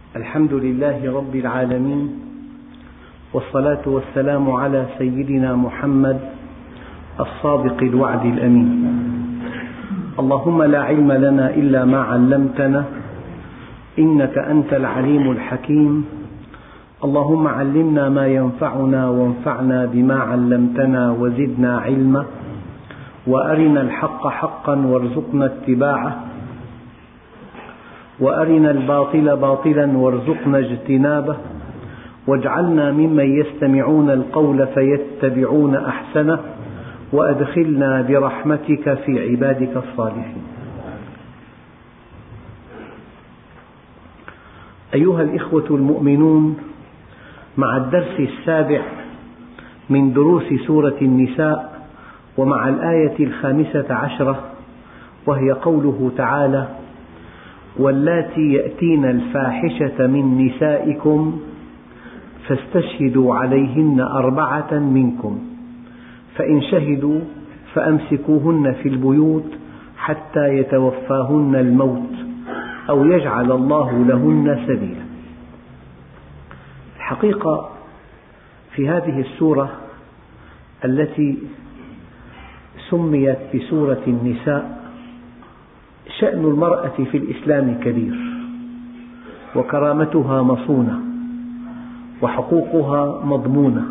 الحمد لله رب العالمين، والصلاة والسلام على سيدنا محمد الصادق الوعد الأمين. اللهم لا علم لنا إلا ما علمتنا إنك أنت العليم الحكيم. اللهم علمنا ما ينفعنا وانفعنا بما علمتنا وزدنا علما، وأرنا الحق حقا وارزقنا اتباعه، وأرنا الباطل باطلا وارزقنا اجتنابه، واجعلنا ممن يستمعون القول فيتبعون أحسنه، وأدخلنا برحمتك في عبادك الصالحين. أيها الإخوة المؤمنون، مع الدرس السابع من دروس سورة النساء، ومع الآية 15، وهي قوله تعالى: واللاتي يأتين الفاحشة من نسائكم فاستشهدوا عليهن 4 منكم، فإن شهدوا فأمسكوهن في البيوت حتى يتوفاهن الموت أو يجعل الله لهن سبيلا. الحقيقة في هذه السورة التي سميت بسورة النساء، شأن المرأة في الإسلام كبير، وكرامتها مصونة، وحقوقها مضمونة،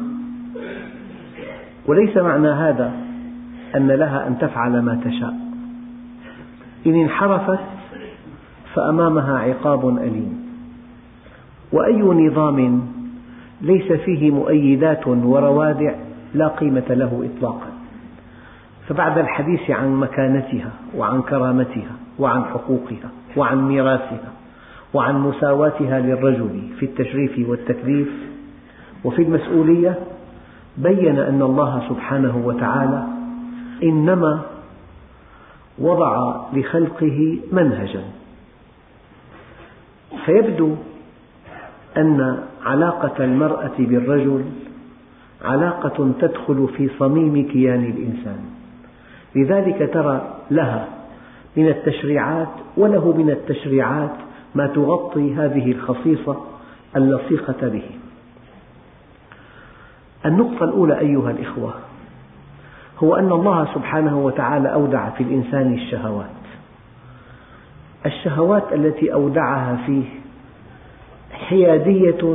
وليس معنى هذا أن لها أن تفعل ما تشاء. إن انحرفت فأمامها عقاب أليم، وأي نظام ليس فيه مؤيدات وروادع لا قيمة له إطلاقا. فبعد الحديث عن مكانتها وعن كرامتها وعن حقوقها وعن ميراثها وعن مساواتها للرجل في التشريف والتكليف وفي المسؤولية، بين أن الله سبحانه وتعالى إنما وضع لخلقه منهجا، فيبدو أن علاقة المرأة بالرجل علاقة تدخل في صميم كيان الإنسان، لذلك ترى لها من التشريعات وله من التشريعات ما تغطي هذه الخصيصة اللصيقة به. النقطة الأولى أيها الإخوة، هو أن الله سبحانه وتعالى أودع في الإنسان الشهوات التي أودعها فيه حيادية،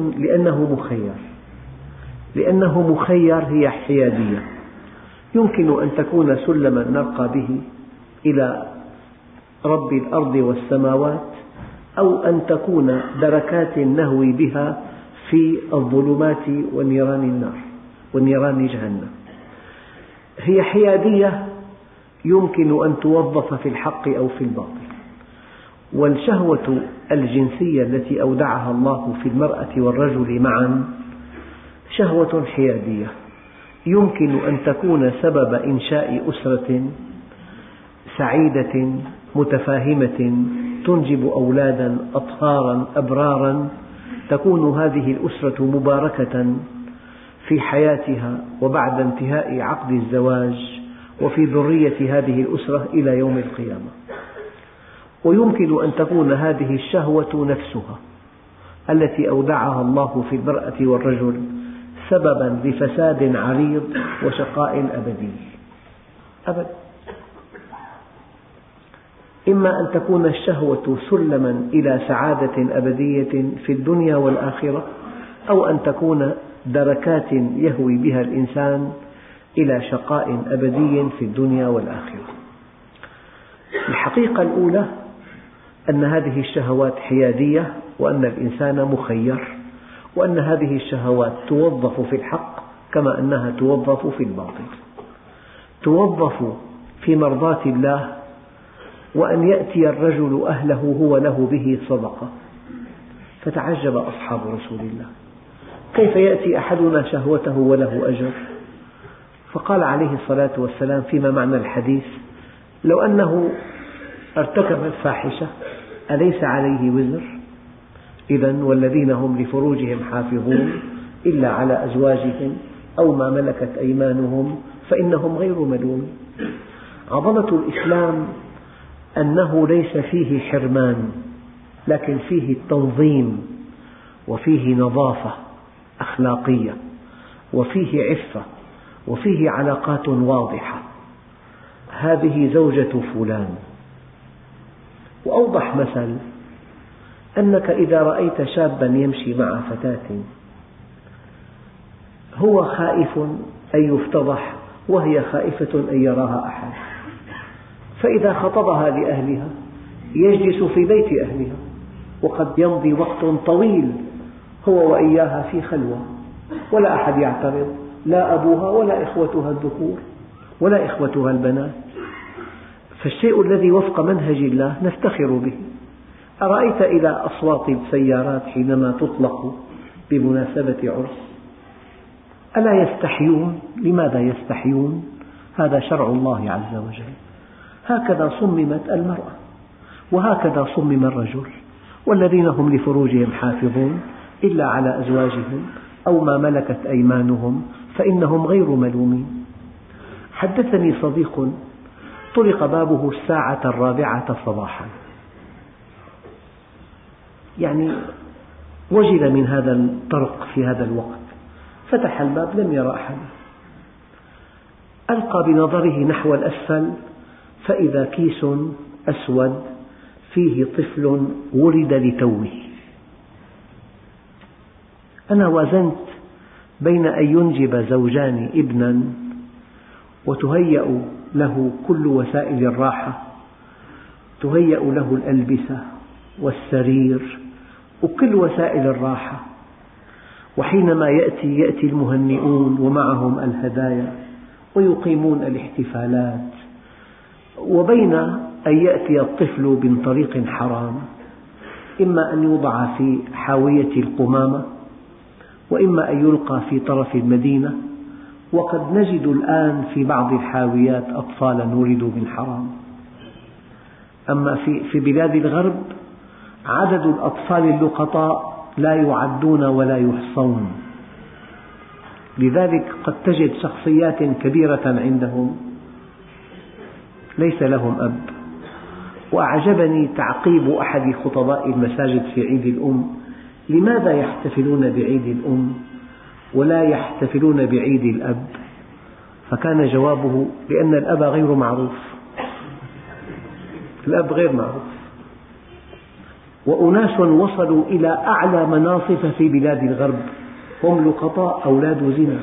لأنه مخير هي حيادية. يمكن أن تكون سلما نرقى به إلى رب الأرض والسماوات، أو أن تكون دركات نهوي بها في الظلمات ونيران النار ونيران جهنم. هي حيادية يمكن أن توظف في الحق أو في الباطل. والشهوة الجنسية التي أودعها الله في المرأة والرجل معا شهوة حيادية، يمكن أن تكون سبب إنشاء أسرة سعيدة متفاهمة تنجب أولادا أطهارا أبرارا، تكون هذه الأسرة مباركة في حياتها وبعد انتهاء عقد الزواج وفي ذرية هذه الأسرة إلى يوم القيامة. ويمكن أن تكون هذه الشهوة نفسها التي أودعها الله في المرأة والرجل سببا لفساد عريض وشقاء أبدي. إما أن تكون الشهوة سلما إلى سعادة أبدية في الدنيا والآخرة، أو أن تكون دركات يهوي بها الإنسان إلى شقاء أبدي في الدنيا والآخرة. الحقيقة الأولى أن هذه الشهوات حيادية، وأن الإنسان مخير، وأن هذه الشهوات توظف في الحق كما أنها توظف في الباطل. توظف في مرضاة الله، وأن يأتي الرجل أهله هو له به صدقة. فتعجب أصحاب رسول الله: كيف يأتي أحدنا شهوته وله أجر؟ فقال عليه الصلاة والسلام فيما معنى الحديث: لو أنه ارتكب الفاحشة أليس عليه وزر؟ إذن والذين هم لفروجهم حافظون إلا على أزواجهم أو ما ملكت أيمانهم فإنهم غير ملومين. عظمة الإسلام أنه ليس فيه حرمان، لكن فيه التنظيم وفيه نظافة أخلاقية، وفيه عفة، وفيه علاقات واضحة، هذه زوجة فلان. وأوضح مثل أنك إذا رأيت شابا يمشي مع فتاة هو خائف أن يفتضح وهي خائفة أن يراها أحد، فإذا خطبها لأهلها يجلس في بيت أهلها، وقد يمضي وقت طويل هو وإياها في خلوة ولا أحد يعترض، لا أبوها ولا إخوتها الذكور ولا إخوتها البنات. فالشيء الذي وفق منهج الله نفتخر به. أرأيت إلى أصوات السيارات حينما تطلق بمناسبة عرس؟ ألا يستحيون؟ لماذا يستحيون؟ هذا شرع الله عز وجل. هكذا صممت المرأة، وهكذا صمم الرجل. والذين هم لفروجهم حافظون إلا على أزواجهم أو ما ملكت أيمانهم فإنهم غير ملومين. حدثني صديق طرق بابه الساعة 4 صباحا، يعني وجل من هذا الطرق في هذا الوقت، فتح الباب لم يرى أحدا، ألقى بنظره نحو الأسفل فإذا كيس أسود فيه طفل ولد لتوه. أنا وازنت بين أن ينجب زوجان ابنا وتهيأ له كل وسائل الراحة، تهيأ له الألبسة والسرير وكل وسائل الراحة، وحينما يأتي المهنئون ومعهم الهدايا ويقيمون الاحتفالات، وبين أن يأتي الطفل من طريق حرام، إما أن يوضع في حاوية القمامة وإما أن يلقى في طرف المدينة. وقد نجد الآن في بعض الحاويات أطفالا ولدوا من حرام. أما في بلاد الغرب عدد الأطفال اللقطاء لا يعدون ولا يحصون، لذلك قد تجد شخصيات كبيرة عندهم ليس لهم أب. وأعجبني تعقيب أحد خطباء المساجد في عيد الأم: لماذا يحتفلون بعيد الأم ولا يحتفلون بعيد الأب؟ فكان جوابه: لأن الأب غير معروف، الأب غير معروف. وأناس وصلوا إلى أعلى مناصب في بلاد الغرب هم لقطاء أولاد زنا.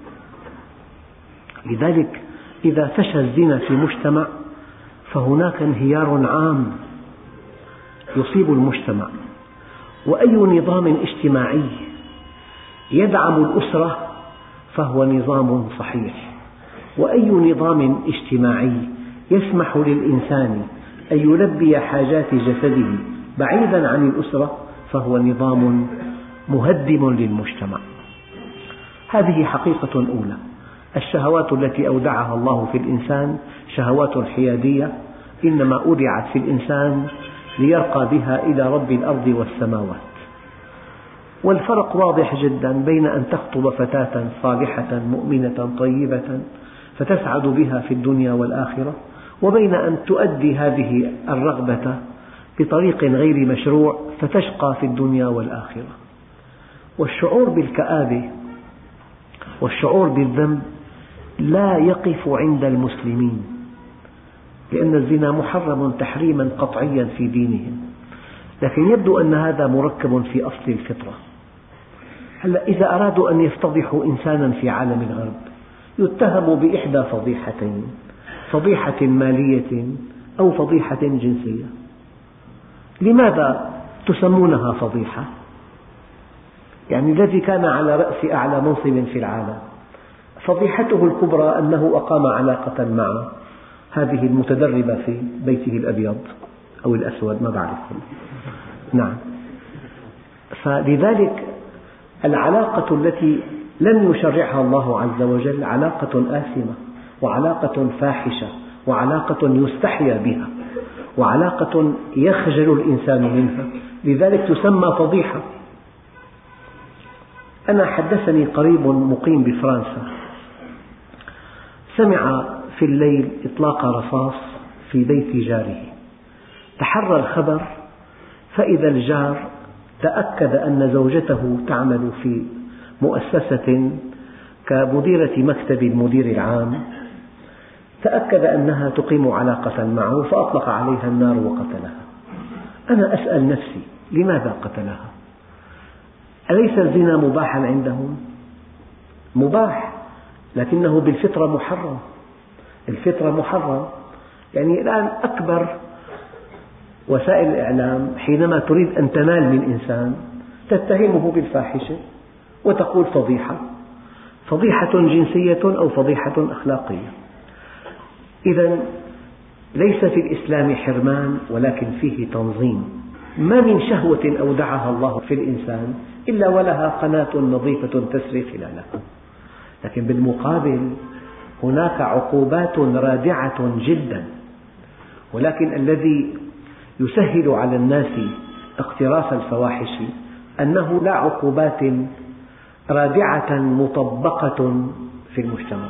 لذلك إذا فشى الزنا في مجتمع فهناك انهيار عام يصيب المجتمع. وأي نظام اجتماعي يدعم الأسرة فهو نظام صحيح، وأي نظام اجتماعي يسمح للإنسان أن يلبي حاجات جسده بعيدا عن الأسرة فهو نظام مهدم للمجتمع. هذه حقيقة أولى. الشهوات التي أودعها الله في الإنسان شهوات حيادية، إنما أودعت في الإنسان ليرقى بها إلى رب الأرض والسماوات. والفرق واضح جدا بين أن تخطب فتاة صالحة مؤمنة طيبة فتسعد بها في الدنيا والآخرة، وبين أن تؤدي هذه الرغبة بطريق غير مشروع فتشقى في الدنيا والآخرة. والشعور بالكآبة والشعور بالذنب لا يقف عند المسلمين، لأن الزنا محرم تحريما قطعيا في دينهم، لكن يبدو أن هذا مركب في أصل الفطرة. هلأ إذا أرادوا أن يفتضحوا إنسانا في عالم الغرب يتهم بإحدى فضيحتين: فضيحة مالية أو فضيحة جنسية. لماذا تسمونها فضيحة؟ يعني الذي كان على رأس أعلى منصب في العالم فضيحته الكبرى أنه أقام علاقة مع هذه المتدربة في بيته الأبيض أو الأسود، ما بعرف. نعم. فلذلك العلاقة التي لم يشرعها الله عز وجل علاقة آثمة، وعلاقة فاحشة، وعلاقة يستحيا بها، وعلاقة يخجل الإنسان منها، لذلك تسمى فضيحة. أنا حدثني قريب مقيم بفرنسا سمع في الليل إطلاق رصاص في بيت جاره، تحرى الخبر فإذا الجار تأكد أن زوجته تعمل في مؤسسة كمديرة مكتب المدير العام، تأكد أنها تقيم علاقة معه فأطلق عليها النار وقتلها. أنا أسأل نفسي لماذا قتلها؟ أليس الزنا مباحا عندهم؟ مباح، لكنه بالفطرة محرم. الفطرة محرم، يعني الآن أكبر وسائل الإعلام حينما تريد أن تنال من إنسان تتهمه بالفاحشة وتقول فضيحة جنسية أو فضيحة أخلاقية. إذا ليس في الإسلام حرمان، ولكن فيه تنظيم. ما من شهوة أودعها الله في الإنسان إلا ولها قناة نظيفة تسري خلالها، لكن بالمقابل هناك عقوبات رادعة جدا. ولكن الذي يسهل على الناس اقتراف الفواحش أنه لا عقوبات رادعة مطبقة في المجتمع،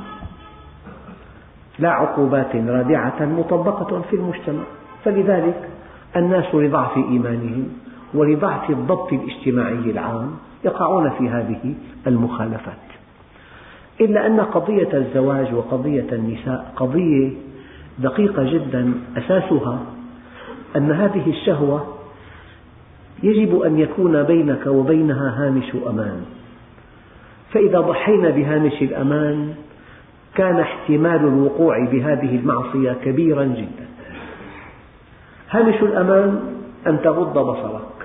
لا عقوبات رادعة مطبقة في المجتمع، فلذلك الناس لضعف إيمانهم ولضعف الضبط الاجتماعي العام يقعون في هذه المخالفات. إلا أن قضية الزواج وقضية النساء قضية دقيقة جدا، أساسها أن هذه الشهوة يجب أن يكون بينك وبينها هامش أمان، فإذا ضحينا بهامش الأمان كان احتمال الوقوع بهذه المعصية كبيرا جدا. هامش الأمان أن تغض بصرك،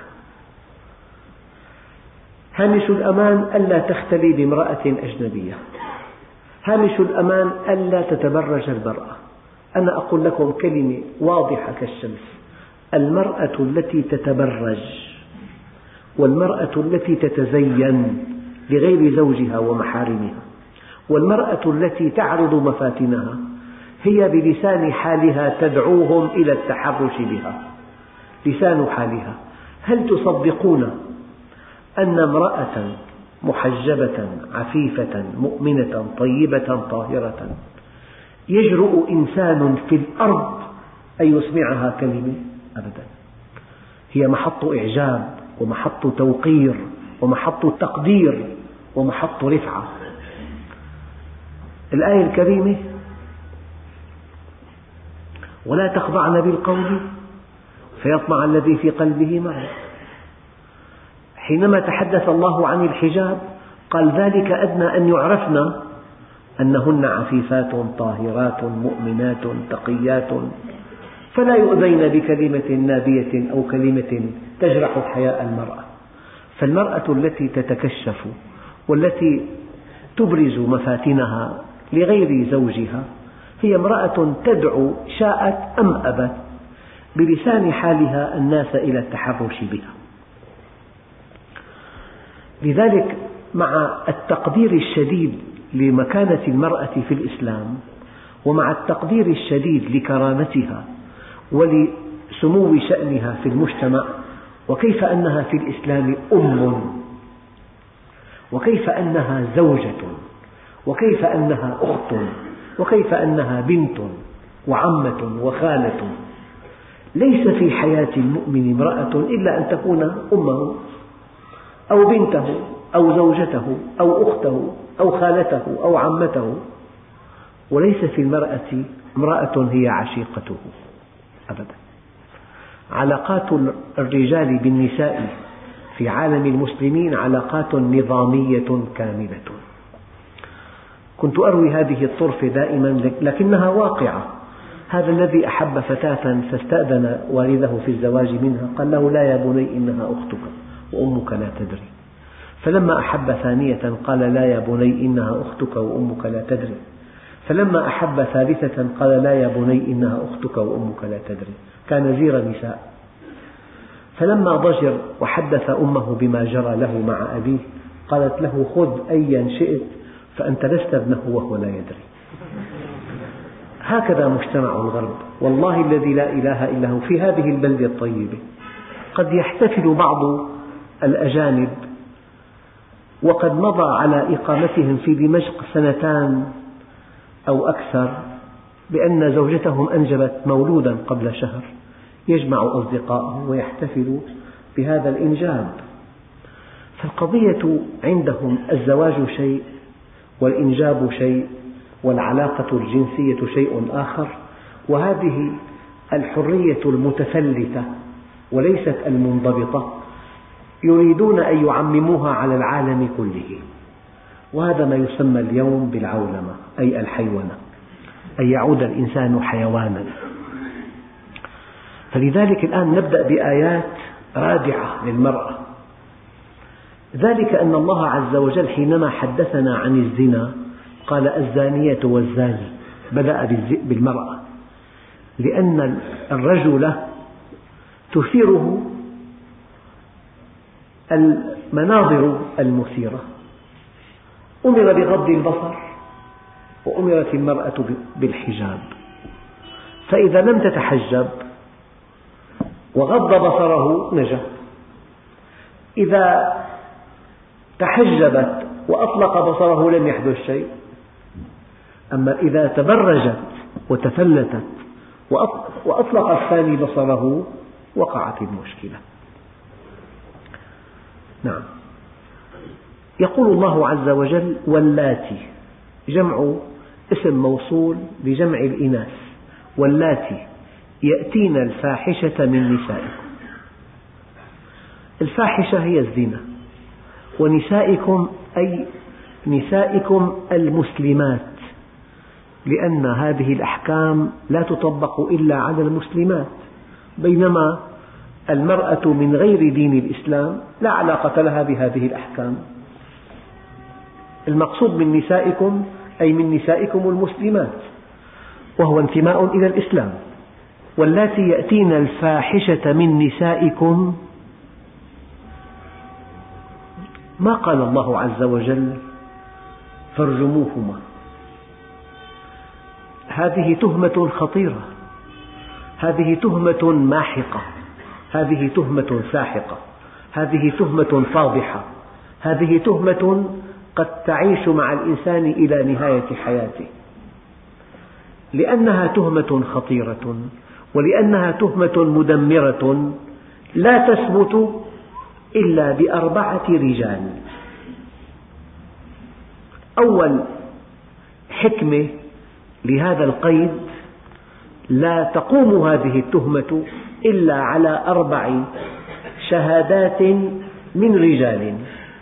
هامش الأمان ألا تختلي بامرأة أجنبية، هامش الأمان ألا تتبرج المرأة. أنا أقول لكم كلمة واضحة كالشمس: المرأة التي تتبرج والمرأة التي تتزين لغير زوجها ومحارمها والمرأة التي تعرض مفاتنها هي بلسان حالها تدعوهم إلى التحرش بها. لسان حالها. هل تصدقون أن امرأة محجبة عفيفة مؤمنة طيبة طاهرة يجرؤ إنسان في الأرض أن يسمعها كلمة؟ أبدا. هي محط إعجاب ومحط توقير ومحط تقدير ومحط رفعة. الآية الكريمة: ولا تخضعن بالقول فيطمع الذي في قلبه مرض. حينما تحدث الله عن الحجاب قال: ذلك أدنى أن يعرفن أنهن عفيفات طاهرات مؤمنات تقيات فلا يؤذين بكلمة نابية أو كلمة تجرح حياء المرأة. فالمرأة التي تتكشف والتي تبرز مفاتنها لغير زوجها هي امرأة تدعو شاءت أم أبت بلسان حالها الناس إلى التحرش بها. لذلك مع التقدير الشديد لمكانة المرأة في الإسلام ومع التقدير الشديد لكرامتها ولسمو شأنها في المجتمع، وكيف أنها في الإسلام أم، وكيف أنها زوجة، وكيف أنها أخت، وكيف أنها بنت وعمة وخالة. ليس في حياة المؤمن امرأة إلا أن تكون أمه أو بنته أو زوجته أو أخته أو خالته أو عمته، وليس في المرأة امرأة هي عشيقته أبدا. علاقات الرجال بالنساء في عالم المسلمين علاقات نظامية كاملة. كنت أروي هذه الطرفة دائما لكنها واقعة. هذا الذي أحب فتاة فاستأذن والده في الزواج منها قال له: لا يا بني إنها أختك وأمك لا تدري. فلما أحب ثانية قال: لا يا بني إنها أختك وأمك لا تدري. فلما أحب ثالثة قال: لا يا بني إنها أختك وأمك لا تدري. كان زير نساء. فلما ضجر وحدث أمه بما جرى له مع أبيه قالت له: خذ أيا شئت فأنت لست ابنه وهو لا يدري. هكذا مجتمع الغرب، والله الذي لا إله إلا هو. في هذه البلدة الطيبة قد يحتفل بعض الأجانب وقد مضى على إقامتهم في دمشق 2 أو أكثر بأن زوجتهم أنجبت مولودا قبل شهر، يجمع أصدقائه ويحتفلوا بهذا الإنجاب. فالقضية عندهم الزواج شيء، والإنجاب شيء، والعلاقة الجنسية شيء آخر، وهذه الحرية المتفلتة وليست المنضبطة يريدون أن يعمموها على العالم كله، وهذا ما يسمى اليوم بالعولمة، أي الحيوانة، أن يعود الإنسان حيوانا. فلذلك الآن نبدأ بآيات رادعة للمرأة، ذلك أن الله عز وجل حينما حدثنا عن الزنا قال الزانية والزاني، بدأ بالمرأة، لأن الرجل تثيره المناظر المثيرة، أمر بغض البصر وأمرت المرأة بالحجاب، فإذا لم تتحجب وغض بصره نجا، إذا تحجبت وأطلق بصره لم يحدث شيء. أما إذا تبرجت وتفلتت وأطلق الثاني بصره وقعت المشكلة. نعم، يقول الله عز وجل واللاتي، جمع اسم موصول لجمع الإناث، واللاتي يأتين الفاحشة من نسائكم. الفاحشة هي الزنا، ونسائكم أي نسائكم المسلمات، لأن هذه الأحكام لا تطبق إلا على المسلمات، بينما المرأة من غير دين الإسلام لا علاقة لها بهذه الأحكام. المقصود من نسائكم أي من نسائكم المسلمات، وهو انتماء إلى الإسلام. واللاتي يأتين الفاحشة من نسائكم، ما قال الله عز وجل فارجموهما، هذه تهمة خطيرة، هذه تهمة ماحقة، هذه تهمة ساحقة، هذه تهمة فاضحة، هذه تهمة قد تعيش مع الإنسان إلى نهاية حياته، لأنها تهمة خطيرة ولأنها تهمة مدمرة لا تثبت إلا بأربعة رجال. أول حكمة لهذا القيد، لا تقوم هذه التهمة إلا على 4 شهادات من رجال،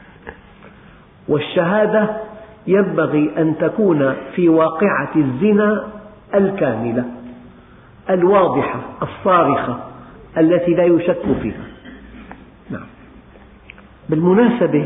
والشهادة ينبغي أن تكون في واقعة الزنا الكاملة الواضحة الصارخة التي لا يشك فيها. نعم. بالمناسبة،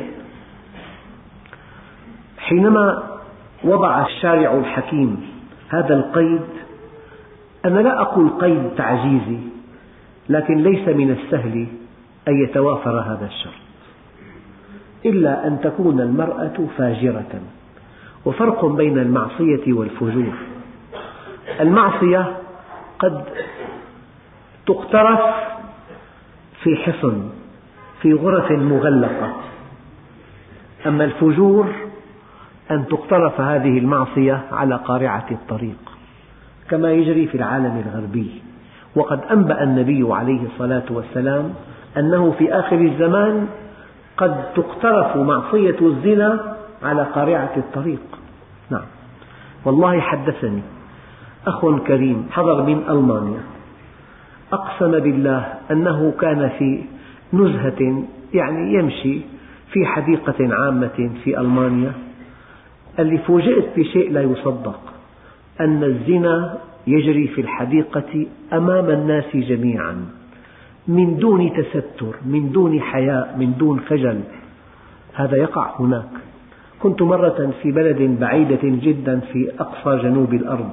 حينما وضع الشارع الحكيم هذا القيد، أنا لا أقول قيد تعجيزي، لكن ليس من السهل أن يتوافر هذا الشرط إلا أن تكون المرأة فاجرة. وفرق بين المعصية والفجور، المعصية قد تقترف في حصن في غرف مغلقة، أما الفجور أن تقترف هذه المعصية على قارعة الطريق كما يجري في العالم الغربي. وقد أنبأ النبي عليه الصلاة والسلام أنه في آخر الزمان قد تقترف معصية الزنا على قارعة الطريق. نعم، والله حدثني أخ كريم حضر من ألمانيا، أقسم بالله أنه كان في نزهة، يعني يمشي في حديقة عامة في ألمانيا، اللي فوجئت بشيء لا يصدق، أن الزنا يجري في الحديقة أمام الناس جميعا من دون تستر، من دون حياء، من دون خجل. هذا يقع هناك. كنت مرة في بلد بعيدة جدا في أقصى جنوب الأرض،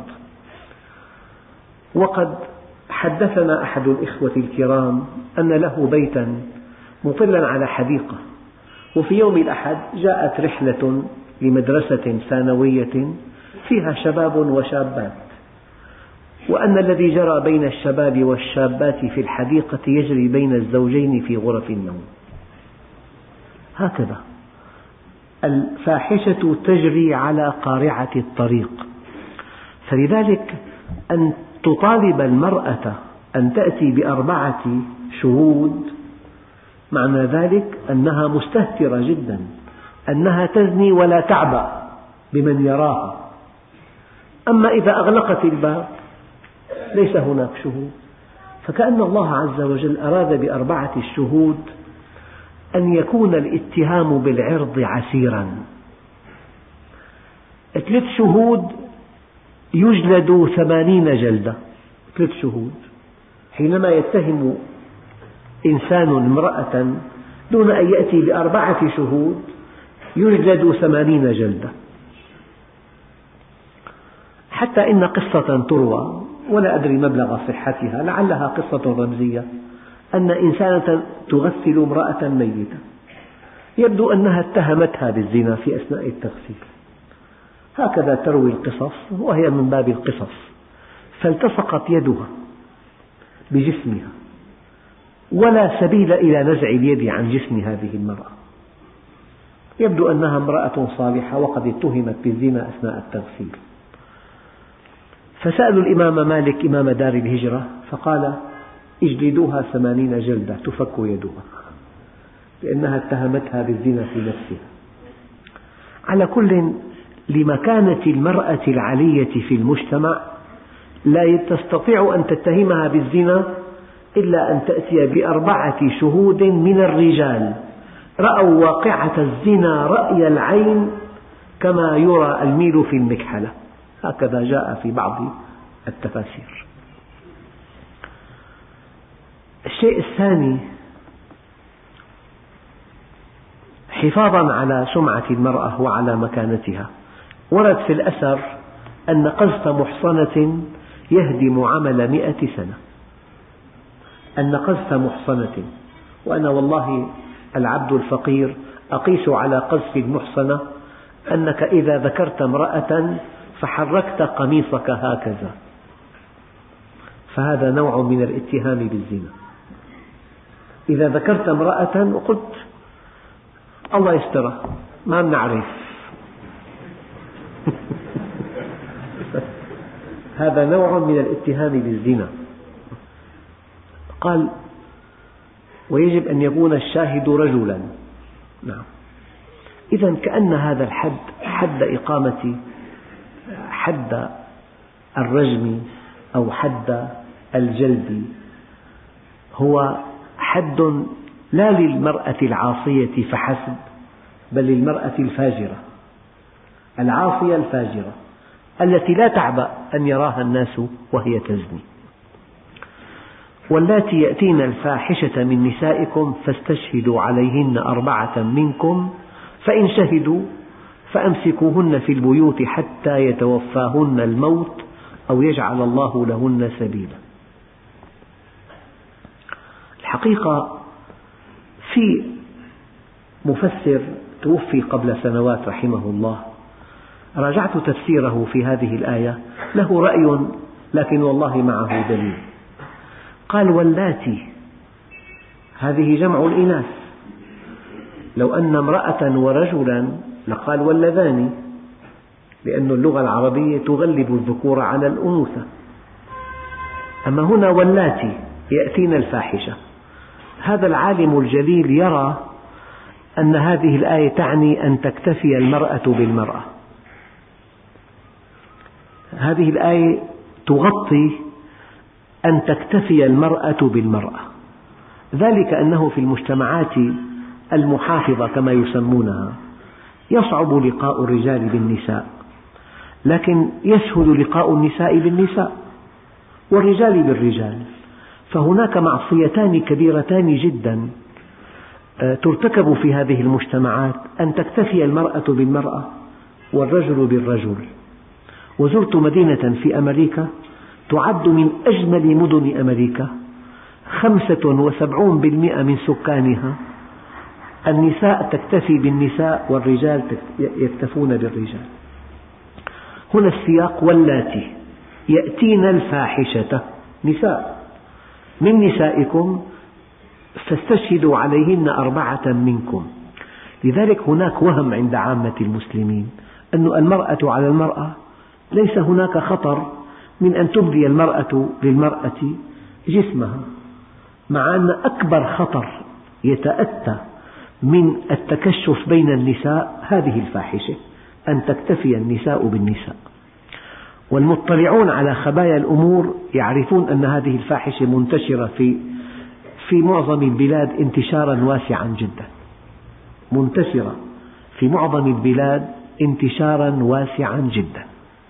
وقد حدثنا أحد الإخوة الكرام أن له بيتا مطلا على حديقة، وفي يوم الأحد جاءت رحلة لمدرسة ثانوية فيها شباب وشابات، وأن الذي جرى بين الشباب والشابات في الحديقة يجري بين الزوجين في غرف النوم. هكذا الفاحشة تجري على قارعة الطريق. فلذلك أن تطالب المرأة أن تأتي ب4 شهود معنى ذلك أنها مستهترة جدا، أنها تزني ولا تعبأ بمن يراها. أما إذا أغلقت الباب ليس هناك شهود، فكأن الله عز وجل أراد بأربعة الشهود أن يكون الاتهام بالعرض عسيرا. 3 شهود يجلد 80 جلدة، 3 شهود. حينما يتهم إنسان امرأة دون أن يأتي ب4 شهود يجلد 80 جلدة. حتى إن قصة تروى ولا أدري مبلغ صحتها، لعلها قصة رمزية، أن إنسانة تغسل امرأة ميتة، يبدو أنها اتهمتها بالزنا في أثناء التغسيل، هكذا تروي القصص وهي من باب القصص، فالتصقت يدها بجسمها ولا سبيل إلى نزع اليد عن جسم هذه المرأة. يبدو أنها امرأة صالحة وقد اتهمت بالزنا أثناء التغسيل، فسألوا الإمام مالك إمام دار الهجرة فقال: اجلدوها 80 جلدة تفك يدها، لأنها اتهمتها بالزنا في نفسها. على كل، لمكانة المرأة العلية في المجتمع لا تستطيع أن تتهمها بالزنا إلا أن تأتي ب4 شهود من الرجال رأوا واقعة الزنا رأي العين كما يرى الميل في المكحلة، هكذا جاء في بعض التفاسير. الشيء الثاني، حفاظا على سمعة المرأة وعلى مكانتها، ورد في الأثر أن قذف محصنة يهدم عمل 100 سنة. أن قذف محصنة، وأنا والله العبد الفقير أقيس على قذف المحصنة أنك إذا ذكرت امرأة فحركت قميصك هكذا، فهذا نوع من الاتهام بالزنا. إذا ذكرت امرأة وقلت الله يسترها ما نعرف هذا نوع من الاتهام بالزنا. قال: ويجب أن يكون الشاهد رجلا. نعم. إذا كأن هذا الحد، حد الرجم أو حد الجلد، هو حد لا للمرأة العاصية فحسب، بل للمرأة الفاجرة، العاصية الفاجرة التي لا تعبأ أن يراها الناس وهي تزني. واللاتي يأتين الفاحشة من نسائكم فاستشهدوا عليهن 4 منكم فإن شهدوا فأمسكوهن في البيوت حتى يتوفاهن الموت أو يجعل الله لهن سبيلا. الحقيقة في مفسر توفي قبل سنوات رحمه الله، راجعت تفسيره في هذه الآية، له رأي لكن والله معه دليل. قال: واللاتي، هذه جمع الإناث، لو أن امرأة ورجلا لقال واللذان، لأن اللغة العربية تغلب الذكور على الأنوثة. أما هنا واللاتي يأتين الفاحشة، هذا العالم الجليل يرى أن هذه الآية تعني أن تكتفي المرأة بالمرأة. هذه الآية تغطي أن تكتفي المرأة بالمرأة، ذلك أنه في المجتمعات المحافظة كما يسمونها يصعب لقاء الرجال بالنساء، لكن يسهل لقاء النساء بالنساء والرجال بالرجال، فهناك معصيتان كبيرتان جدا ترتكب في هذه المجتمعات، أن تكتفي المرأة بالمرأة والرجل بالرجل. وزرت مدينة في أمريكا تعد من أجمل مدن أمريكا، 75% من سكانها النساء تكتفي بالنساء والرجال يكتفون بالرجال. هنا السياق: واللاتي يأتين الفاحشة، نساء من نسائكم فاستشهدوا عليهن 4 منكم. لذلك هناك وهم عند عامة المسلمين أن المرأة على المرأة ليس هناك خطر من أن تبدي المرأة للمرأة جسمها، مع أن أكبر خطر يتأتى من التكشف بين النساء هذه الفاحشة، أن تكتفي النساء بالنساء. والمطلعون على خبايا الأمور يعرفون أن هذه الفاحشة منتشرة في معظم البلاد انتشارا واسعا جدا، منتشرة في معظم البلاد انتشارا واسعا جدا،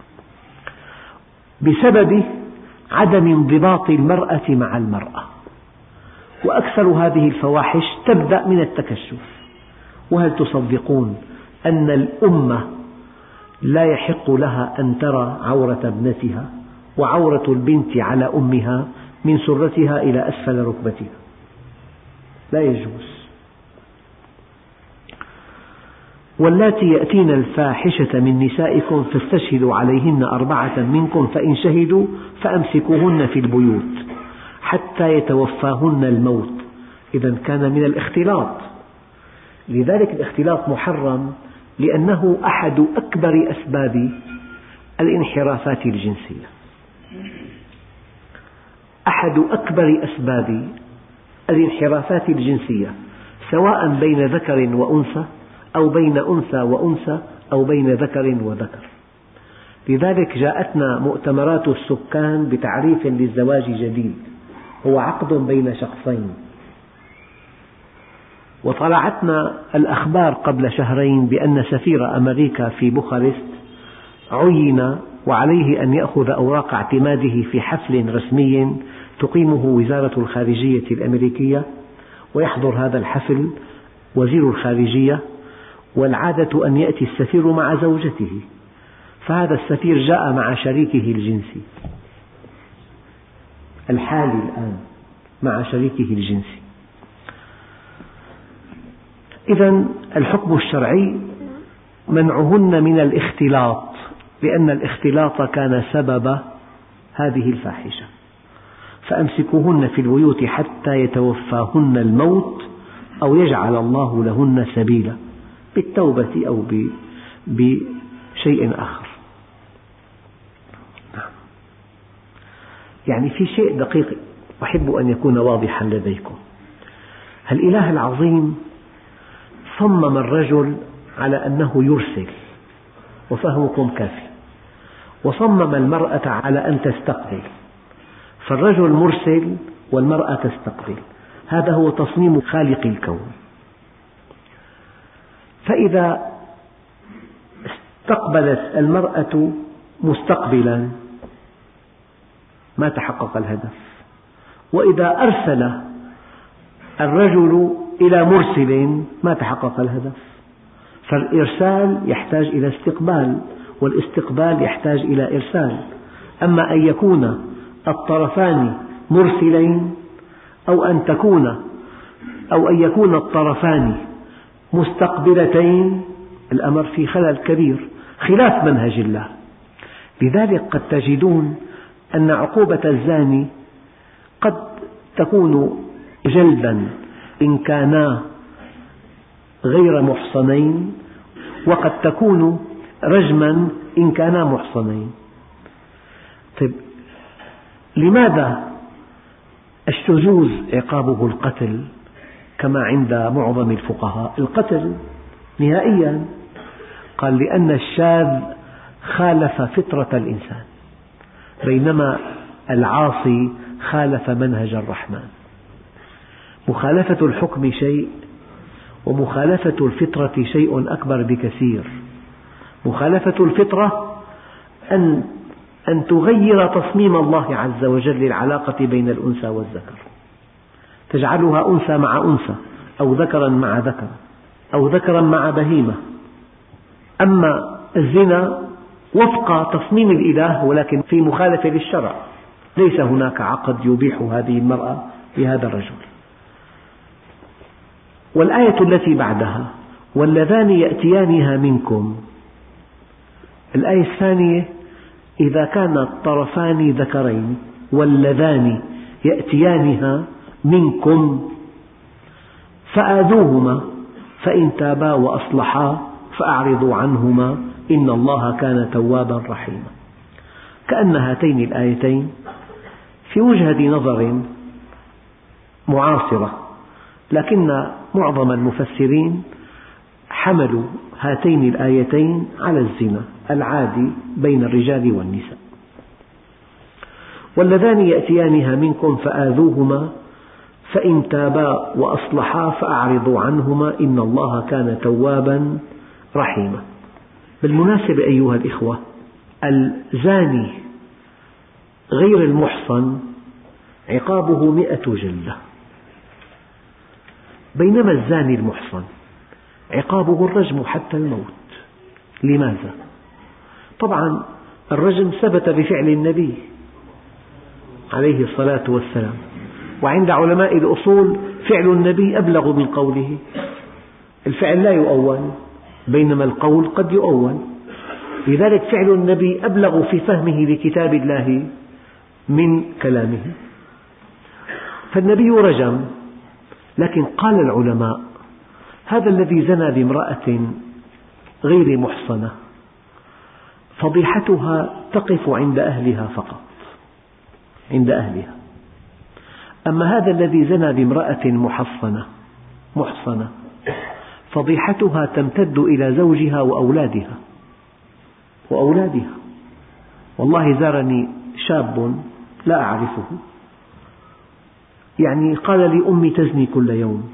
بسبب عدم انضباط المرأة مع المرأة. وأكثر هذه الفواحش تبدأ من التكشف. وهل تصدقون أن الأمة لا يحق لها أن ترى عورة ابنتها، وعورة البنت على أمها من سرتها إلى أسفل ركبتها، لا يجوز. واللاتي يأتين الفاحشة من نسائكم فاستشهدوا عليهن 4 منكم فإن شهدوا فأمسكوهن في البيوت حتى يتوفاهن الموت. إذا كان من الاختلاط. لذلك الاختلاط محرم، لأنه أحد أكبر أسباب الانحرافات الجنسية، أحد أكبر أسباب الانحرافات الجنسية، سواء بين ذكر وأنثى أو بين أنثى وأنثى أو بين ذكر وذكر. لذلك جاءتنا مؤتمرات السكان بتعريف للزواج جديد، هو عقد بين شخصين. وطلعتنا الأخبار قبل شهرين بأن سفير أمريكا في بوخارست عين وعليه أن يأخذ أوراق اعتماده في حفل رسمي تقيمه وزارة الخارجية الأمريكية، ويحضر هذا الحفل وزير الخارجية، والعادة أن يأتي السفير مع زوجته، فهذا السفير جاء مع شريكه الجنسي الحالي الآن، مع شريكه الجنسي. إذن الحكم الشرعي منعهن من الاختلاط، لأن الاختلاط كان سبب هذه الفاحشة. فأمسكوهن في البيوت حتى يتوفاهن الموت أو يجعل الله لهن سبيلا، بالتوبة أو بشيء آخر. يعني في شيء دقيق أحب أن يكون واضحا لديكم. الإله العظيم صمم الرجل على أنه يرسل، وفهمكم كافي، وصمم المرأة على أن تستقبل، فالرجل مرسل والمرأة تستقبل. هذا هو تصميم خالق الكون. فإذا استقبلت المرأة مستقبلا ما تحقق الهدف، وإذا أرسل الرجل إلى مرسل ما تحقق الهدف. فالإرسال يحتاج إلى استقبال، والاستقبال يحتاج إلى إرسال. أما أن يكون الطرفان مرسلين أو أن يكون الطرفان مستقبلتين، الأمر في خلل كبير، خلاف منهج الله. لذلك قد تجدون أن عقوبة الزاني قد تكون جلدا إن كانا غير محصنين، وقد تكون رجما إن كانا محصنين. طيب، لماذا الشذوذ عقابه القتل كما عند معظم الفقهاء؟ القتل نهائيا. قال لأن الشاذ خالف فطرة الإنسان، بينما العاصي خالف منهج الرحمن. مخالفة الحكم شيء، ومخالفة الفطرة شيء أكبر بكثير. مخالفة الفطرة أن تغير تصميم الله عز وجل للعلاقة بين الأنثى والذكر، تجعلها أنثى مع أنثى، أو ذكرا مع ذكر، أو ذكرا مع بهيمة. أما الزنا وفق تصميم الإله ولكن في مخالفة للشرع، ليس هناك عقد يبيح هذه المرأة لهذا الرجل. والآية التي بعدها واللذان يأتيانها منكم، الآية الثانية إذا كان الطرفان ذكرين، واللذان يأتيانها منكم فآذوهما فإن تابا وأصلحا فأعرضوا عنهما إن الله كان توابا رحيما. كأن هاتين الآيتين في وجهة نظر معاصرة لكن معظم المفسرين حملوا هاتين الآيتين على الزنا العادي بين الرجال والنساء. واللذان يأتيانها منكم فآذوهما فإن تابا وأصلحا فأعرضوا عنهما إن الله كان توابا رحيما. بالمناسبة أيها الإخوة، الزاني غير المحصن عقابه 100 جلدة، بينما الزاني المحصن عقابه الرجم حتى الموت. لماذا؟ طبعا الرجم ثبت بفعل النبي عليه الصلاة والسلام، وعند علماء الأصول فعل النبي أبلغ من قوله. الفعل لا يؤول، بينما القول قد يؤول، لذلك فعل النبي أبلغ في فهمه لكتاب الله من كلامه. فالنبي رجم، لكن قال العلماء هذا الذي زنى بامرأة غير محصنة فضيحتها تقف عند أهلها فقط، عند أهلها. أما هذا الذي زنى بامرأة محصنة فضيحتها تمتد إلى زوجها وأولادها. والله زارني شاب لا أعرفه، يعني قال لي أمي تزني كل يوم،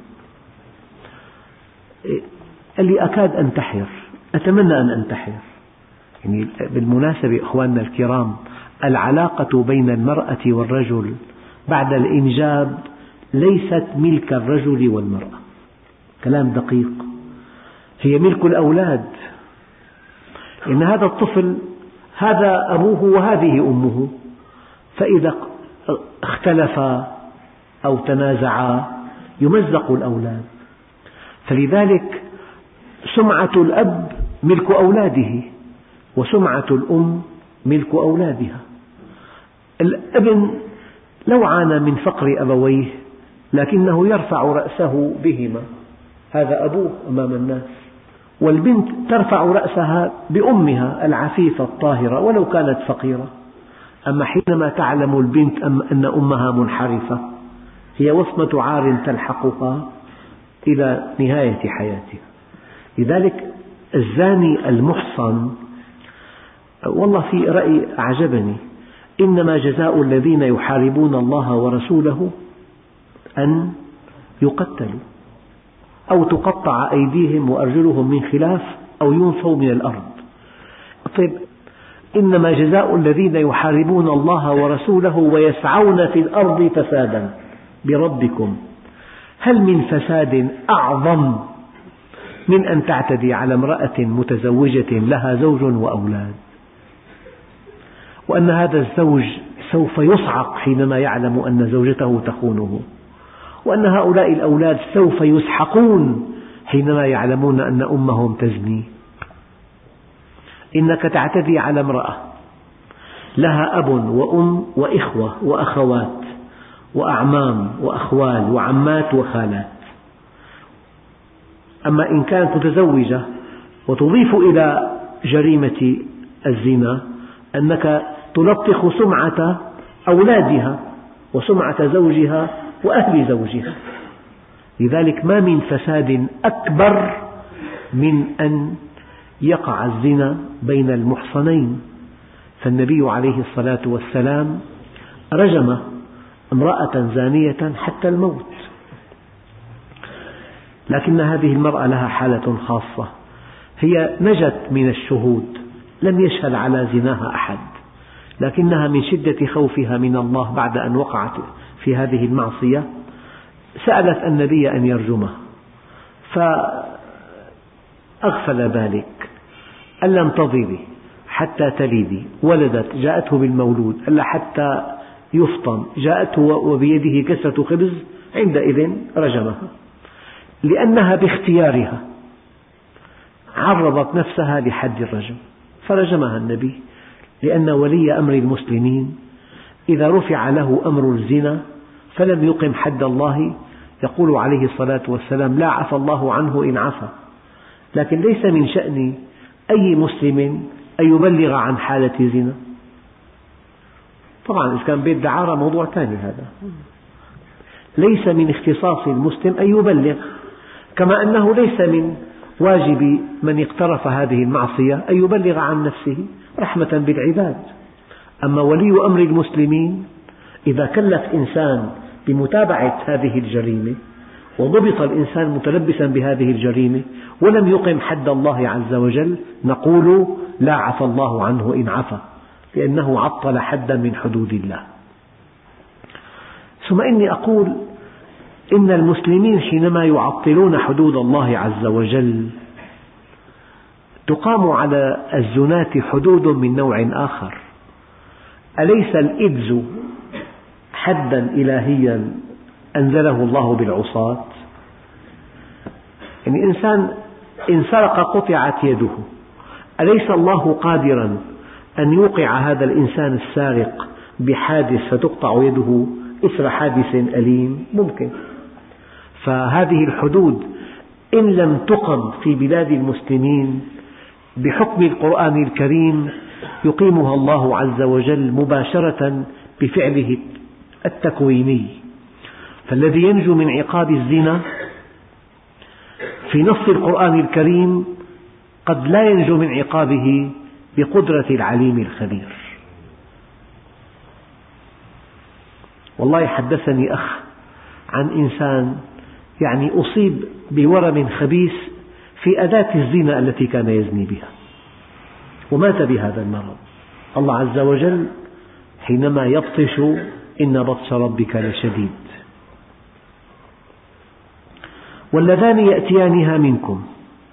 قال لي أكاد أنتحر، أتمنى أن أنتحر. يعني بالمناسبة إخواننا الكرام، العلاقة بين المرأة والرجل بعد الإنجاب ليست ملك الرجل والمرأة، كلام دقيق، هي ملك الأولاد. إن هذا الطفل هذا أبوه وهذه أمه، فإذا اختلفا أو تنازعا يمزق الأولاد. فلذلك سمعة الأب ملك أولاده وسمعة الأم ملك أولادها. الابن لو عانى من فقر أبويه لكنه يرفع رأسه بهما، هذا أبوه أمام الناس. والبنت ترفع رأسها بأمها العفيفة الطاهرة ولو كانت فقيرة. أما حينما تعلم البنت أن أمها منحرفة هي وصمة عار تلحقها إلى نهاية حياتها. لذلك الزاني المحصن، والله في رأي أعجبني، إنما جزاء الذين يحاربون الله ورسوله أن يقتلوا أو تقطع أيديهم وأرجلهم من خلاف أو ينفوا من الأرض. طيب، إنما جزاء الذين يحاربون الله ورسوله ويسعون في الأرض فسادا بربكم. هل من فساد أعظم من أن تعتدي على امرأة متزوجة لها زوج وأولاد، وأن هذا الزوج سوف يصعق حينما يعلم أن زوجته تخونه، وأن هؤلاء الأولاد سوف يسحقون حينما يعلمون أن أمهم تزني. إنك تعتدي على امرأة لها أب وأم وإخوة وأخوات وأعمام وأخوال وعمات وخالات. أما إن كانت متزوجة وتضيف إلى جريمة الزنا أنك تلطخ سمعة أولادها وسمعة زوجها وأهل زوجها. لذلك ما من فساد أكبر من أن يقع الزنا بين المحصنين. فالنبي عليه الصلاة والسلام رجم امرأة زانية حتى الموت، لكن هذه المرأة لها حالة خاصة، هي نجت من الشهود، لم يشهد على زناها أحد، لكنها من شدة خوفها من الله بعد أن وقعت في هذه المعصية سألت النبي أن يرجمها، فأغفل ذلك، قال لها انتظري حتى تلدي. ولدت، جاءته بالمولود، قال لها حتى يفطن، جاءته وبيده كسرة خبز، عندئذ رجمها، لأنها باختيارها عرضت نفسها لحد الرجم، فرجمها النبي. لأن ولي أمر المسلمين إذا رفع له أمر الزنا فلم يقم حد الله، يقول عليه الصلاة والسلام: لا عفى الله عنه إن عفى. لكن ليس من شأن أي مسلم أن يبلغ عن حالة زنا. طبعا إذا كان بيت دعارة موضوع ثاني هذا، ليس من اختصاص المسلم أن يبلغ، كما أنه ليس من واجب من اقترف هذه المعصية أن يبلغ عن نفسه رحمة بالعباد. أما ولي أمر المسلمين إذا كلف إنسان بمتابعة هذه الجريمة وضبط الإنسان متلبسا بهذه الجريمة ولم يقم حد الله عز وجل، نقول لا عفى الله عنه إن عفى، لأنه عطل حدا من حدود الله. ثم إني أقول إن المسلمين حينما يعطلون حدود الله عز وجل تقام على الزناة حدود من نوع آخر. أليس الإبز حدا إلهيا أنزله الله بالعصاة؟ يعني إنسان إن سرق قطعت يده، أليس الله قادرا أن يوقع هذا الإنسان السارق بحادث فتقطع يده إثر حادث أليم؟ ممكن. فهذه الحدود إن لم تقم في بلاد المسلمين بحكم القرآن الكريم يقيمها الله عز وجل مباشرة بفعله التكويني. فالذي ينجو من عقاب الزنا في نص القرآن الكريم قد لا ينجو من عقابه بقدرة العليم الخبير. والله حدثني أخ عن إنسان أصيب بورم خبيث في أداة الزنا التي كان يزني بها ومات بهذا المرض. الله عز وجل حينما يبطش إن بطش ربك لشديد. واللذان يأتيانها منكم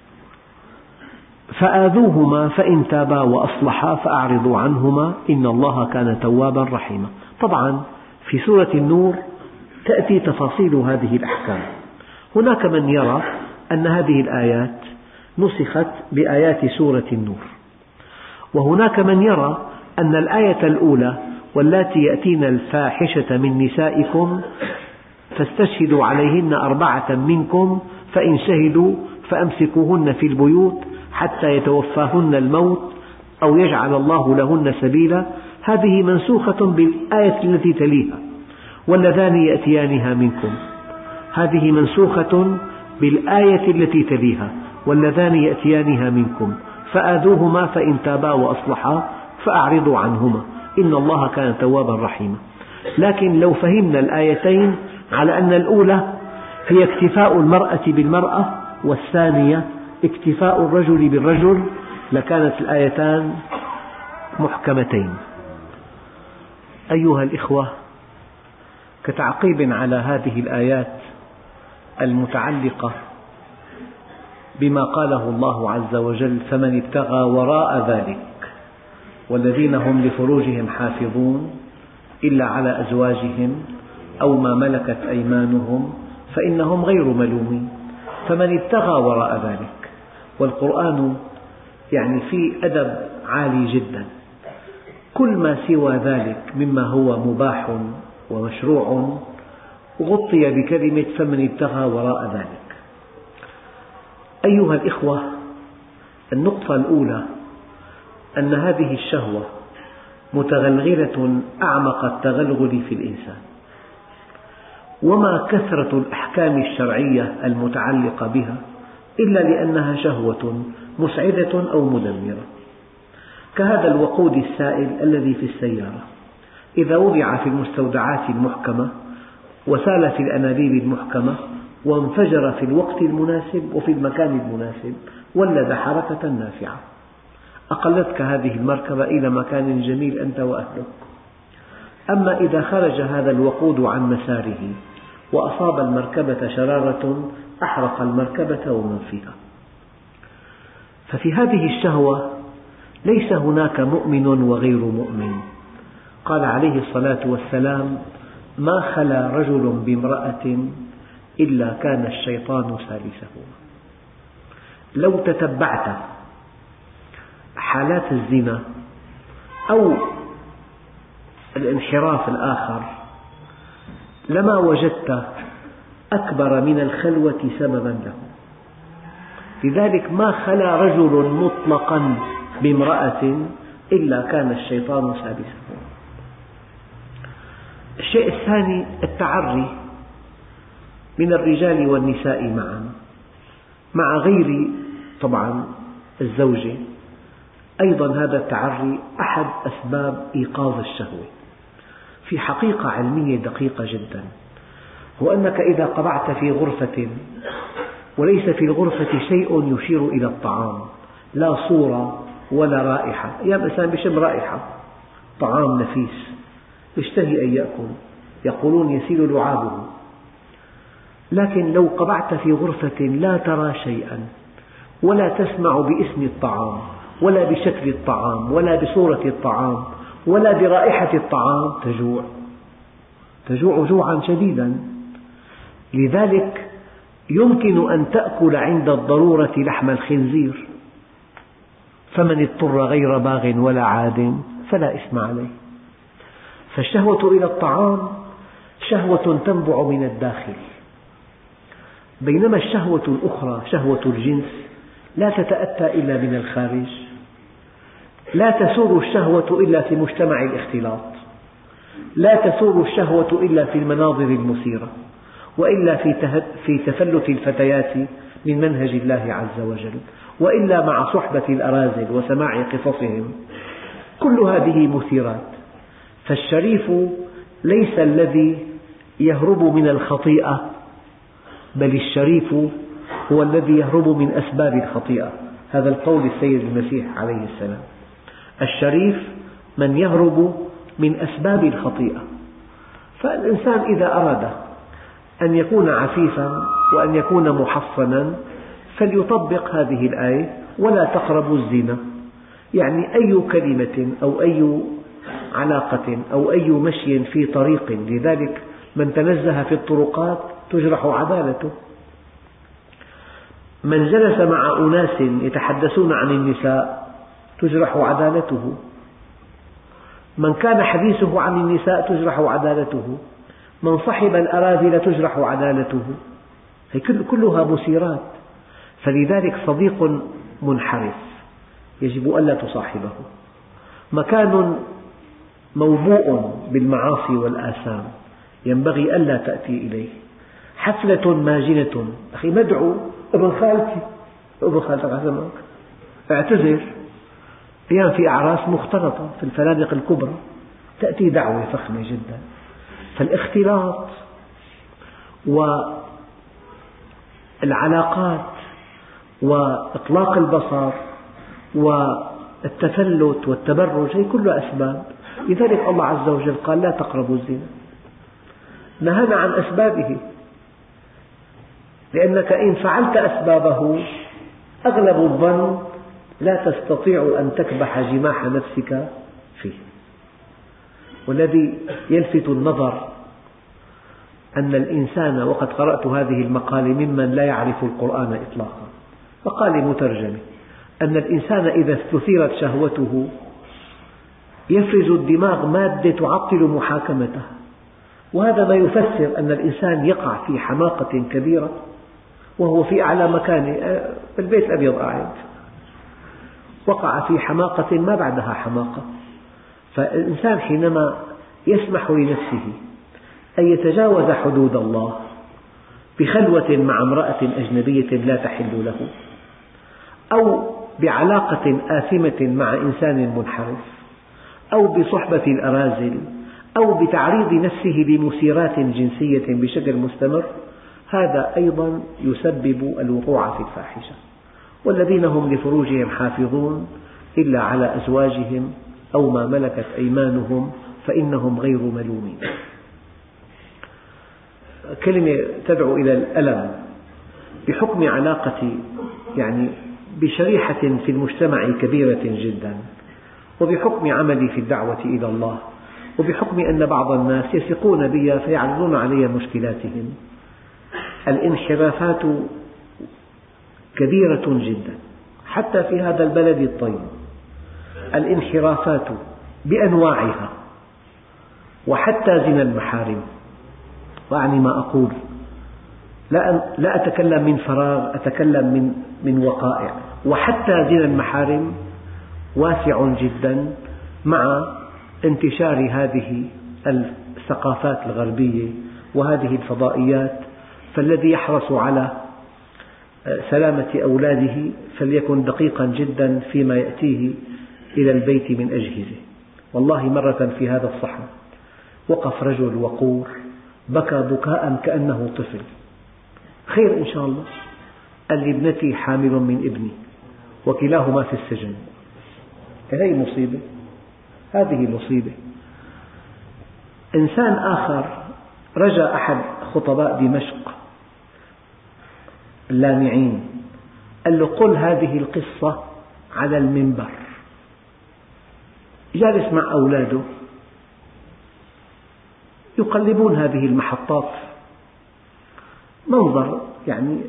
فآذوهما فإن تابا وأصلحا فأعرضوا عنهما إن الله كان توابا رحيما. طبعا في سورة النور تأتي تفاصيل هذه الأحكام. هناك من يرى أن هذه الآيات نسخت بآيات سورة النور، وهناك من يرى أن الآية الأولى واللاتي يأتين الفاحشة من نسائكم فاستشهدوا عليهن 4 منكم فإن شهدوا فأمسكوهن في البيوت حتى يتوفاهن الموت أو يجعل الله لهن سبيلا، هذه منسوخة بالآية التي تليها. واللذان يأتيانها منكم هذه منسوخة بالآية التي تليها، واللذان يأتيانها منكم فآذوهما فإن تابا وأصلحا فأعرضوا عنهما إن الله كان توابا رحيما. لكن لو فهمنا الآيتين على أن الأولى هي اكتفاء المرأة بالمرأة والثانية اكتفاء الرجل بالرجل لكانت الآيتان محكمتين. أيها الإخوة، كتعقيب على هذه الآيات المتعلقة بما قاله الله عز وجل فمن ابتغى وراء ذلك والذين هم لفروجهم حافظون إلا على أزواجهم أو ما ملكت أيمانهم فإنهم غير ملومين. فمن ابتغى وراء ذلك، والقرآن في أدب عالي جدا، كل ما سوى ذلك مما هو مباح ومشروع غطي بكلمة فمن ابتغى وراء ذلك. أيها الإخوة، النقطة الأولى أن هذه الشهوة متغلغلة أعمق التغلغل في الإنسان، وما كثرة الأحكام الشرعية المتعلقة بها إلا لأنها شهوة مسعدة أو مدمرة، كهذا الوقود السائل الذي في السيارة إذا وضع في المستودعات المحكمة وسال في الأنابيب المحكمة وانفجر في الوقت المناسب وفي المكان المناسب ولد حركة نافعة أقلتك هذه المركبة إلى مكان جميل أنت وأهلك. أما إذا خرج هذا الوقود عن مساره وأصاب المركبة شرارة أحرق المركبة ومن فيها. ففي هذه الشهوة ليس هناك مؤمن وغير مؤمن. قال عليه الصلاة والسلام: ما خلا رجل بامرأة إلا كان الشيطان ثالثهما. لو تتبعت حالات الزنا أو الانحراف الآخر لما وجدت أكبر من الخلوة سببا له. لذلك ما خلا رجل مطلقا بامرأة إلا كان الشيطان ثالثهما. الشيء الثاني التعري. من الرجال والنساء معا، مع غير طبعا الزوجة. أيضا هذا التعري أحد أسباب إيقاظ الشهوة. في حقيقة علمية دقيقة جدا، هو أنك إذا قبعت في غرفة وليس في الغرفة شيء يشير إلى الطعام، لا صورة ولا رائحة، أيام الإنسان يشم رائحة طعام نفيس يشتهي أن يأكل، يقولون يسيل لعابه، لكن لو قبعت في غرفة لا ترى شيئا ولا تسمع باسم الطعام ولا بشكل الطعام ولا بصورة الطعام ولا برائحة الطعام، تجوع جوعا شديدا. لذلك يمكن أن تأكل عند الضرورة لحم الخنزير، فمن اضطر غير باغ ولا عاد فلا إثم عليه. فالشهوة إلى الطعام شهوة تنبع من الداخل، بينما الشهوة الأخرى شهوة الجنس لا تتأتى إلا من الخارج. لا تسور الشهوة إلا في مجتمع الاختلاط، لا تسور الشهوة إلا في المناظر المثيرة، وإلا في تفلت الفتيات من منهج الله عز وجل، وإلا مع صحبة الأراذل وسماع قصصهم. كل هذه مثيرات. فالشريف ليس الذي يهرب من الخطيئة، بل الشريف هو الذي يهرب من أسباب الخطيئة. هذا القول السيد المسيح عليه السلام، الشريف من يهرب من أسباب الخطيئة. فالإنسان إذا أراد أن يكون عفيفا وأن يكون محصنا فليطبق هذه الآية: ولا تقربوا الزنا. يعني أي كلمة أو أي علاقة أو أي مشي في طريق، لذلك من تنزه في الطرقات تجرح عدالته. من جلس مع أناس يتحدثون عن النساء تجرح عدالته، من كان حديثه عن النساء تجرح عدالته، من صحب الأراذل تجرح عدالته. هي كلها مثيرات. فلذلك صديق منحرف يجب ألا تصاحبه، مكان موبوء بالمعاصي والآثام ينبغي ألا تأتي إليه، حفلة ماجنة، أخي مدعو ابن خالتي، ابن خالتك عزمك، اعتذر. أيام في أعراس مختلطة في الفنادق الكبرى تأتي دعوة فخمة جدا. فالاختلاط والعلاقات وإطلاق البصر والتفلت والتبرج هي كلها أسباب. لذلك الله عز وجل قال: لا تقربوا الزنا، نهانا عن أسبابه، لأنك إن فعلت أسبابه أغلب الظن لا تستطيع أن تكبح جماح نفسك فيه. والذي يلفت النظر أن الإنسان، وقد قرأت هذه المقالة ممن لا يعرف القرآن إطلاقا، مقالة مترجمة، أن الإنسان إذا استثيرت شهوته يفرز الدماغ مادة تعطل محاكمته، وهذا ما يفسر أن الإنسان يقع في حماقة كبيرة وهو في أعلى مكانه في البيت الأبيض قاعد، وقع في حماقة ما بعدها حماقة. فالإنسان حينما يسمح لنفسه أن يتجاوز حدود الله بخلوة مع امرأة أجنبية لا تحل له، أو بعلاقة آثمة مع إنسان منحرف، أو بصحبة الأراذل، أو بتعريض نفسه لمثيرات جنسية بشكل مستمر، هذا أيضا يسبب الوقوع في الفاحشة. والذين هم لفروجهم حافظون إلا على أزواجهم أو ما ملكت أيمانهم فإنهم غير ملومين. كلمة تدعو إلى الألم بحكم علاقة يعني بشريحة في المجتمع كبيرة جدا، وبحكم عملي في الدعوة إلى الله، وبحكم أن بعض الناس يثقون بي فيعرضون علي مشكلاتهم. الانحرافات كبيرة جدا حتى في هذا البلد الطيب، الانحرافات بأنواعها، وحتى زنا المحارم. وأعني ما أقول، لا أتكلم من فراغ، أتكلم من وقائع. وحتى زنا المحارم واسع جدا مع انتشار هذه الثقافات الغربية وهذه الفضائيات، فالذي يحرص على سلامة أولاده فليكن دقيقا جدا فيما يأتيه إلى البيت من أجهزة. والله مرة في هذا الصحن وقف رجل وقور بكى بكاء كأنه طفل، خير إن شاء الله، قال لي ابنتي حامل من ابني وكلاهما في السجن. هذه مصيبة، هذه مصيبة. إنسان آخر رجا أحد خطباء دمشق اللامعين، قال له قل هذه القصة على المنبر. جالس مع أولاده يقلبون هذه المحطات، منظر يعني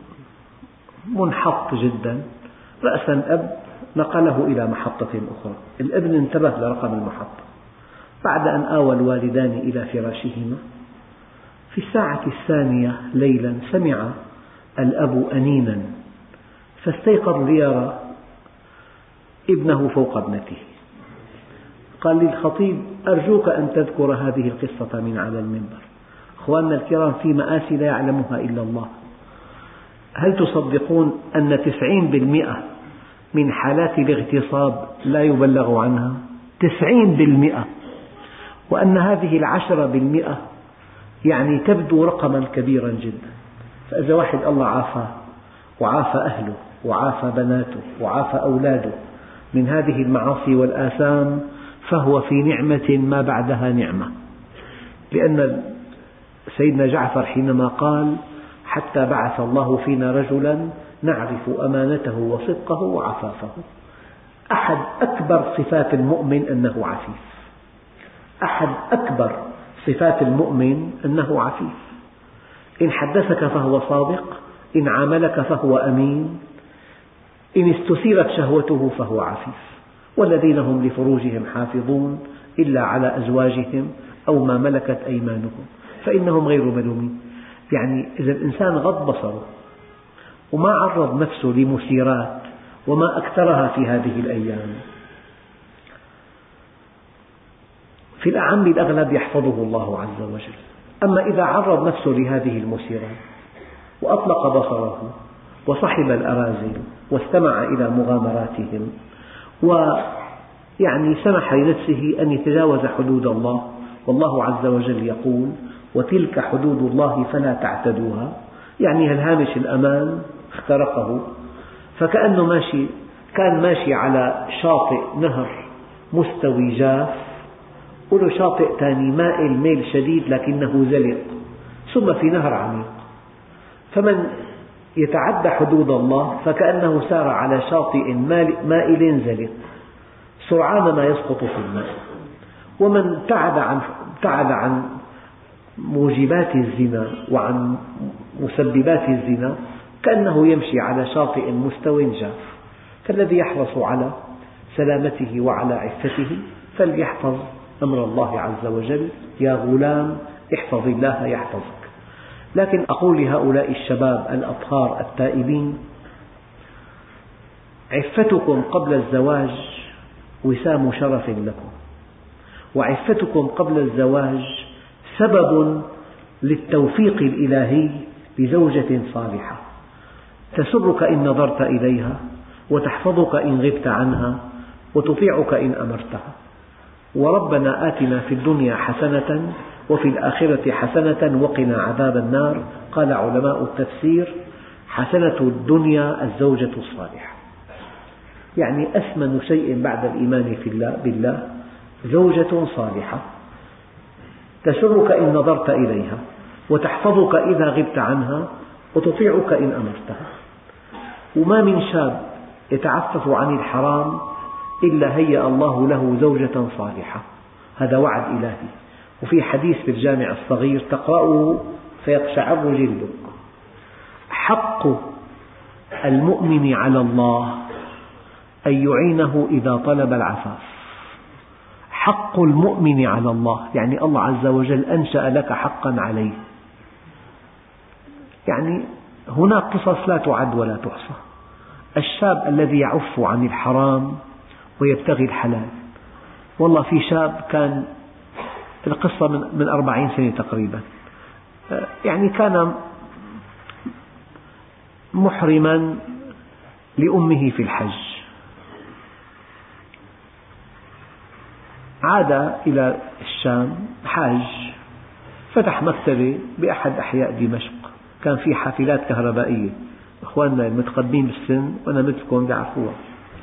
منحط جدا. رأسا الأب نقله إلى محطة أخرى، الابن انتبه لرقم المحطة. بعد أن آوى الوالدان إلى فراشهما في الساعة 2 ليلا سمع الأب أنينا فاستيقظ ليرى ابنه فوق ابنته. قال للخطيب أرجوك أن تذكر هذه القصة من على المنبر. أخواننا الكرام، في مآسي لا يعلمها إلا الله. هل تصدقون أن 90% من حالات الاغتصاب لا يبلغ عنها؟ 90%. وأن هذه 10% يعني تبدو رقما كبيرا جدا. فإذا واحد الله عافاه وعافى أهله وعافى بناته وعافى أولاده من هذه المعاصي والآثام فهو في نعمة ما بعدها نعمة. لأن سيدنا جعفر حينما قال حتى بعث الله فينا رجلا نعرف أمانته وصدقه وعفافه، أحد أكبر صفات المؤمن أنه عفيف. أحد أكبر صفات المؤمن أنه عفيف. إن حدثك فهو صادق، إن عاملك فهو أمين، إن استثيرت شهوته فهو عفيف. والذين هم لفروجهم حافظون إلا على أزواجهم أو ما ملكت أيمانهم فإنهم غير ملومين. يعني إذا الإنسان غض بصره وما عرض نفسه لمثيرات، وما أكثرها في هذه الأيام، في الأعم الأغلب يحفظه الله عز وجل. أما إذا عرض نفسه لهذه المثيرات وأطلق بصره وصحب الأراذل واستمع إلى مغامراتهم ويعني سمح لنفسه أن يتجاوز حدود الله، والله عز وجل يقول وتلك حدود الله فلا تعتدوها، يعني الهامش الأمان اخترقه، فكأنه كان ماشي على شاطئ نهر مستوي جاف، وله شاطئ ثاني مائل ميل شديد لكنه زلق، ثم في نهر عميق. فمن يتعدى حدود الله فكأنه سار على شاطئ مائل زلق سرعان ما يسقط في الماء. ومن ابتعد عن موجبات الزنا وعن مسببات الزنا كأنه يمشي على شاطئ مستو جاف. فالذي يحرص على سلامته وعلى عفته فليحفظ أمر الله عز وجل. يا غلام احفظ الله يحفظك. لكن أقول لهؤلاء الشباب الأطهار التائبين: عفتكم قبل الزواج وسام شرف لكم، وعفتكم قبل الزواج سبب للتوفيق الإلهي بزوجة صالحة تسرك إن نظرت إليها، وتحفظك إن غبت عنها، وتطيعك إن أمرتها. وربنا آتنا في الدنيا حسنة وفي الآخرة حسنة وقنا عذاب النار. قال علماء التفسير: حسنة الدنيا الزوجة الصالحة، يعني أثمن شيء بعد الإيمان بالله زوجة صالحة تسرك إن نظرت إليها، وتحفظك إذا غبت عنها، وتطيعك إن أمرتها. وما من شاب يتعفف عن الحرام إلا هيأ الله له زوجة صالحة، هذا وعد إلهي. وفي حديث في الجامع الصغير تقرأه فيقشعر جلدك: حق المؤمن على الله أن يعينه إذا طلب العفاف. حق المؤمن على الله يعني الله عز وجل أنشأ لك حقا عليه. يعني هناك قصص لا تعد ولا تحصى. الشاب الذي يعف عن الحرام ويبتغي الحلال. والله في شاب كان، القصة من 40 سنة تقريبا، يعني كان محرما لأمه في الحج، عاد إلى الشام حاج، فتح مكتبة بأحد أحياء دمشق، كان في حافلات كهربائية، إخواننا المتقدمين بالسن وأنا مثلكم يعرفوها.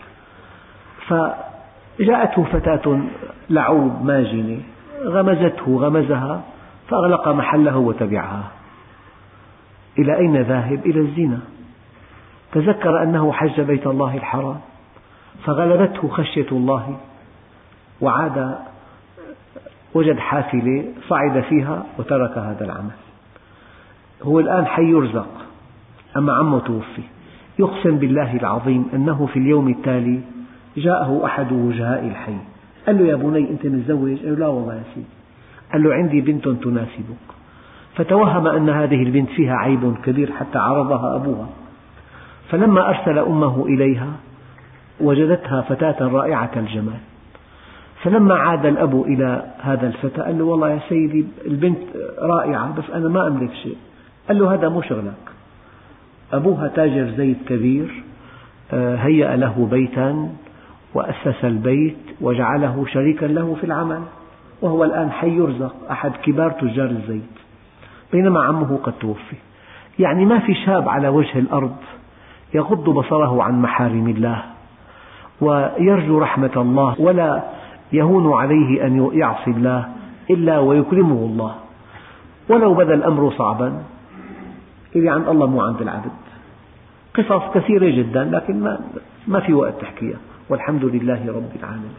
فجاءته فتاة لعوب ماجنة غمزته غمزها فأغلق محله وتبعها. إلى أين ذاهب؟ إلى الزنا. تذكر أنه حج بيت الله الحرام فغلبته خشية الله، وعاد وجد حافلة صعد فيها وترك هذا العمل. هو الآن حي يرزق، أما عمه توفي. يقسم بالله العظيم أنه في اليوم التالي جاءه أحد وجهاء الحي قال له: يا بني أنت متزوج؟ قال له: لا والله يا سيدي. قال له: عندي بنت تناسبك. فتوهم أن هذه البنت فيها عيب كبير حتى عرضها أبوها، فلما أرسل أمه إليها وجدتها فتاة رائعة الجمال. فلما عاد الأب إلى هذا الفتى قال له: والله يا سيدي البنت رائعة بس أنا ما أملك شيء. قال له: هذا مو شغلك. أبوها تاجر زيت كبير، هيأ له بيتا وأسس البيت وجعله شريكا له في العمل، وهو الآن حي يرزق، أحد كبار تجار الزيت، بينما عمه قد توفي. يعني ما في شاب على وجه الأرض يغض بصره عن محارم الله ويرجو رحمة الله ولا يهون عليه أن يعصي الله إلا ويكرمه الله، ولو بدا الأمر صعبا. اللي عند الله مو عند العبد. قصص كثيرة جدا لكن ما في وقت تحكيها، والحمد لله رب العالمين.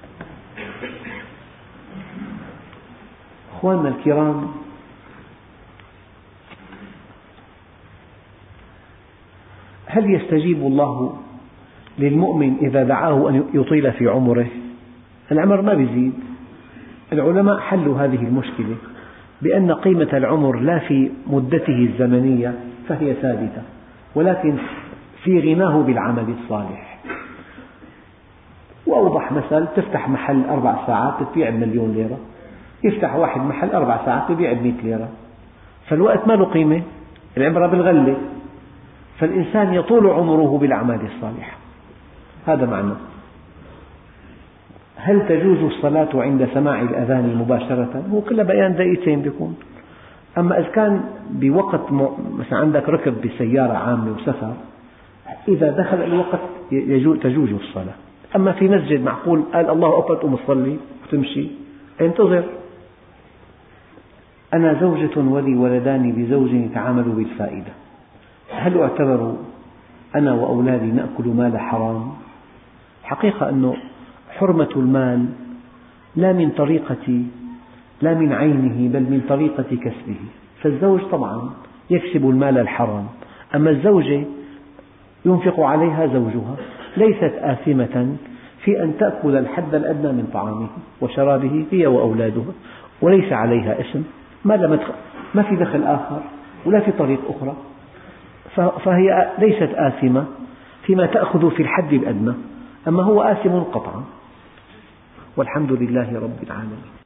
أخواننا الكرام، هل يستجيب الله للمؤمن إذا دعاه أن يطيل في عمره؟ العمر ما بيزيد. العلماء حلوا هذه المشكلة بأن قيمة العمر لا في مدته الزمنية فهي ثابتة، ولكن في غناه بالعمل الصالح. وأوضح مثل: تفتح محل 4 ساعات تبيع ب1,000,000 ليرة، يفتح واحد محل 4 ساعات يبيع ب100 ليرة، فالوقت ما له قيمة، العبرة بالغلة. فالإنسان يطول عمره بالأعمال الصالحة، هذا معنى. هل تجوز الصلاة عند سماع الأذان مباشرة؟ هو كل بيان دقيقتين بيكون. أما إذا كان بوقت مثلا عندك ركب بسيارة عامة وسفر، إذا دخل الوقت تجوز الصلاة. أما في مسجد معقول قال الله أكبر تقوم تصلي وتمشي؟ انتظر. أنا زوجة ولي ولدان بزوج يتعامل بالفائدة، هل أعتبر أنا وأولادي نأكل مال حرام؟ حقيقة أنه حرمة المال لا من طريقة، لا من عينه، بل من طريقة كسبه. فالزوج طبعا يكسب المال الحرام، أما الزوجة ينفق عليها زوجها، ليست آثمة في أن تأكل الحد الأدنى من طعامه وشرابه هي وأولادها، وليس عليها إثم، ما في دخل آخر ولا في طريق أخرى، فهي ليست آثمة فيما تأخذ في الحد الأدنى، أما هو آثم قطعا، والحمد لله رب العالمين.